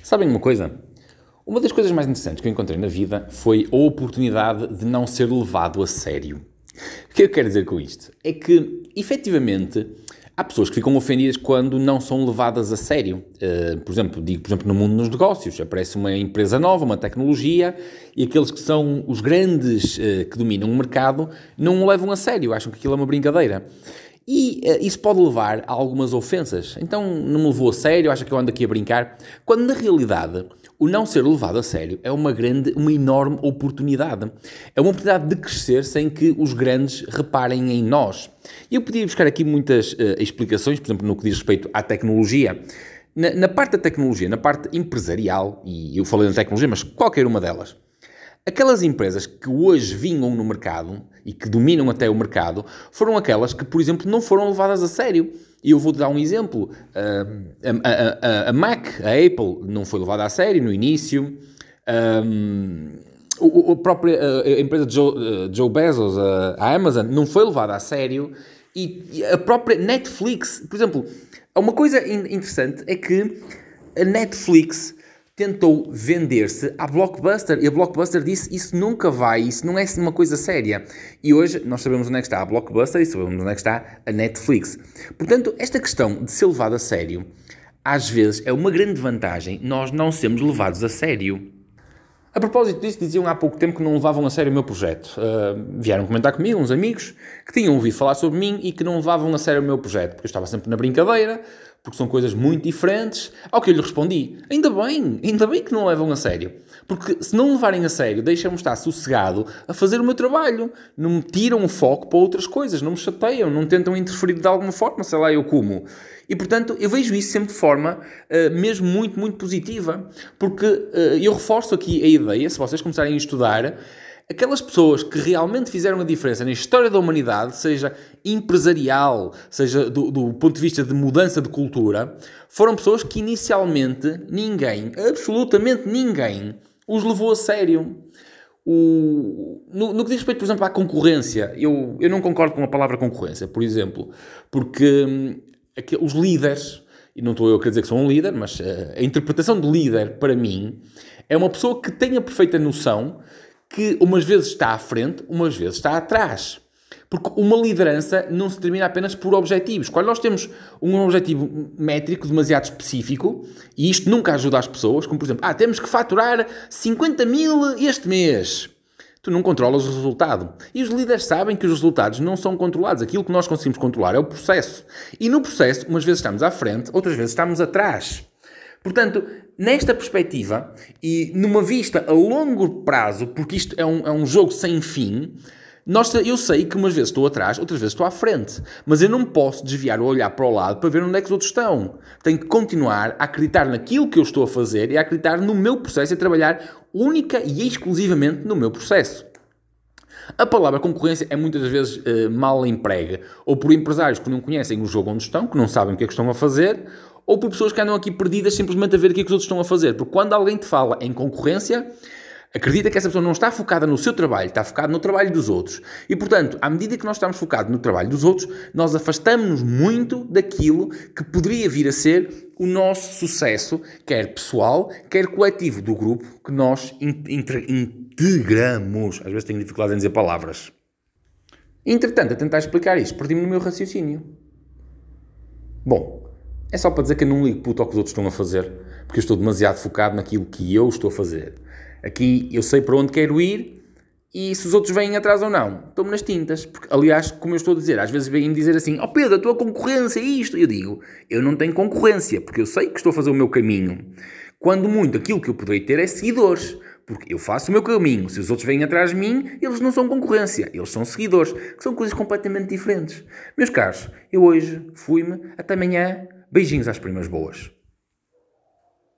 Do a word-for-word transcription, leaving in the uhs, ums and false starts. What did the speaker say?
Sabem uma coisa? Uma das coisas mais interessantes que eu encontrei na vida foi a oportunidade de não ser levado a sério. O que eu quero dizer com isto? É que, efetivamente, há pessoas que ficam ofendidas quando não são levadas a sério. Uh, por exemplo, digo, por exemplo, no mundo dos negócios, aparece uma empresa nova, uma tecnologia, e aqueles que são os grandes uh, que dominam o mercado não o levam a sério, acham que aquilo é uma brincadeira. E uh, isso pode levar a algumas ofensas. Então, não me levou a sério, acha que eu ando aqui a brincar. Quando, na realidade, o não ser levado a sério é uma grande, uma enorme oportunidade. É uma oportunidade de crescer sem que os grandes reparem em nós. E eu podia buscar aqui muitas uh, explicações, por exemplo, no que diz respeito à tecnologia. Na, na parte da tecnologia, na parte empresarial, e eu falei na tecnologia, mas qualquer uma delas, aquelas empresas que hoje vinham no mercado e que dominam até o mercado foram aquelas que, por exemplo, não foram levadas a sério. E eu vou-te dar um exemplo. Uh, a, a, a, a Mac, a Apple, não foi levada a sério no início. Um, a, a própria a empresa de Joe, Joe Bezos, a, a Amazon, não foi levada a sério. E a própria Netflix, por exemplo, uma coisa interessante é que a Netflix tentou vender-se à Blockbuster e a Blockbuster disse isso nunca vai, isso não é uma coisa séria. E hoje nós sabemos onde é que está a Blockbuster e sabemos onde é que está a Netflix. Portanto, esta questão de ser levado a sério, às vezes é uma grande vantagem nós não sermos levados a sério. A propósito disso, diziam há pouco tempo que não levavam a sério o meu projeto. Uh, vieram comentar comigo uns amigos que tinham ouvido falar sobre mim e que não levavam a sério o meu projeto, porque eu estava sempre na brincadeira, porque são coisas muito diferentes. Ao que eu lhe respondi, ainda bem, ainda bem que não levam a sério. Porque se não levarem a sério, deixam-me estar sossegado a fazer o meu trabalho. Não me tiram o foco para outras coisas, não me chateiam, não tentam interferir de alguma forma, sei lá eu como. E, portanto, eu vejo isso sempre de forma uh, mesmo muito, muito positiva. Porque uh, eu reforço aqui a ideia, se vocês começarem a estudar, aquelas pessoas que realmente fizeram a diferença na história da humanidade, seja empresarial, seja do, do ponto de vista de mudança de cultura, foram pessoas que inicialmente ninguém, absolutamente ninguém, os levou a sério. O, no, no que diz respeito, por exemplo, à concorrência, eu, eu não concordo com a palavra concorrência, por exemplo, porque hum, aqui, os líderes, e não estou eu a querer dizer que sou um líder, mas uh, a interpretação de líder, para mim, é uma pessoa que tem a perfeita noção que umas vezes está à frente, umas vezes está atrás. Porque uma liderança não se determina apenas por objetivos. Quando nós temos um objetivo métrico demasiado específico, e isto nunca ajuda as pessoas, como por exemplo, ah, temos que faturar cinquenta mil este mês. Tu não controlas o resultado. E os líderes sabem que os resultados não são controlados. Aquilo que nós conseguimos controlar é o processo. E no processo, umas vezes estamos à frente, outras vezes estamos atrás. Portanto, nesta perspectiva e numa vista a longo prazo, porque isto é um, é um jogo sem fim, nós, eu sei que umas vezes estou atrás, outras vezes estou à frente, mas eu não posso desviar o olhar para o lado para ver onde é que os outros estão. Tenho que continuar a acreditar naquilo que eu estou a fazer e a acreditar no meu processo e a trabalhar única e exclusivamente no meu processo. A palavra concorrência é muitas vezes uh, mal emprega, ou por empresários que não conhecem o jogo onde estão, que não sabem o que é que estão a fazer, ou por pessoas que andam aqui perdidas simplesmente a ver o que é que os outros estão a fazer. Porque quando alguém te fala em concorrência, acredita que essa pessoa não está focada no seu trabalho, está focada no trabalho dos outros. E, portanto, à medida que nós estamos focados no trabalho dos outros, nós afastamos-nos muito daquilo que poderia vir a ser o nosso sucesso, quer pessoal, quer coletivo, do grupo que nós integramos. Às vezes tenho dificuldade em dizer palavras. Entretanto, a tentar explicar isto, perdi-me no meu raciocínio. Bom, é só para dizer que eu não ligo puto ao que os outros estão a fazer, porque eu estou demasiado focado naquilo que eu estou a fazer. Aqui eu sei para onde quero ir e se os outros vêm atrás ou não, estou-me nas tintas. Porque, aliás, como eu estou a dizer, às vezes vêm-me dizer assim, ó oh Pedro, a tua concorrência é isto. E eu digo, eu não tenho concorrência, porque eu sei que estou a fazer o meu caminho. Quando muito aquilo que eu poderei ter é seguidores, porque eu faço o meu caminho. Se os outros vêm atrás de mim, eles não são concorrência, eles são seguidores, que são coisas completamente diferentes. Meus caros, eu hoje fui-me, até amanhã, beijinhos às primas boas.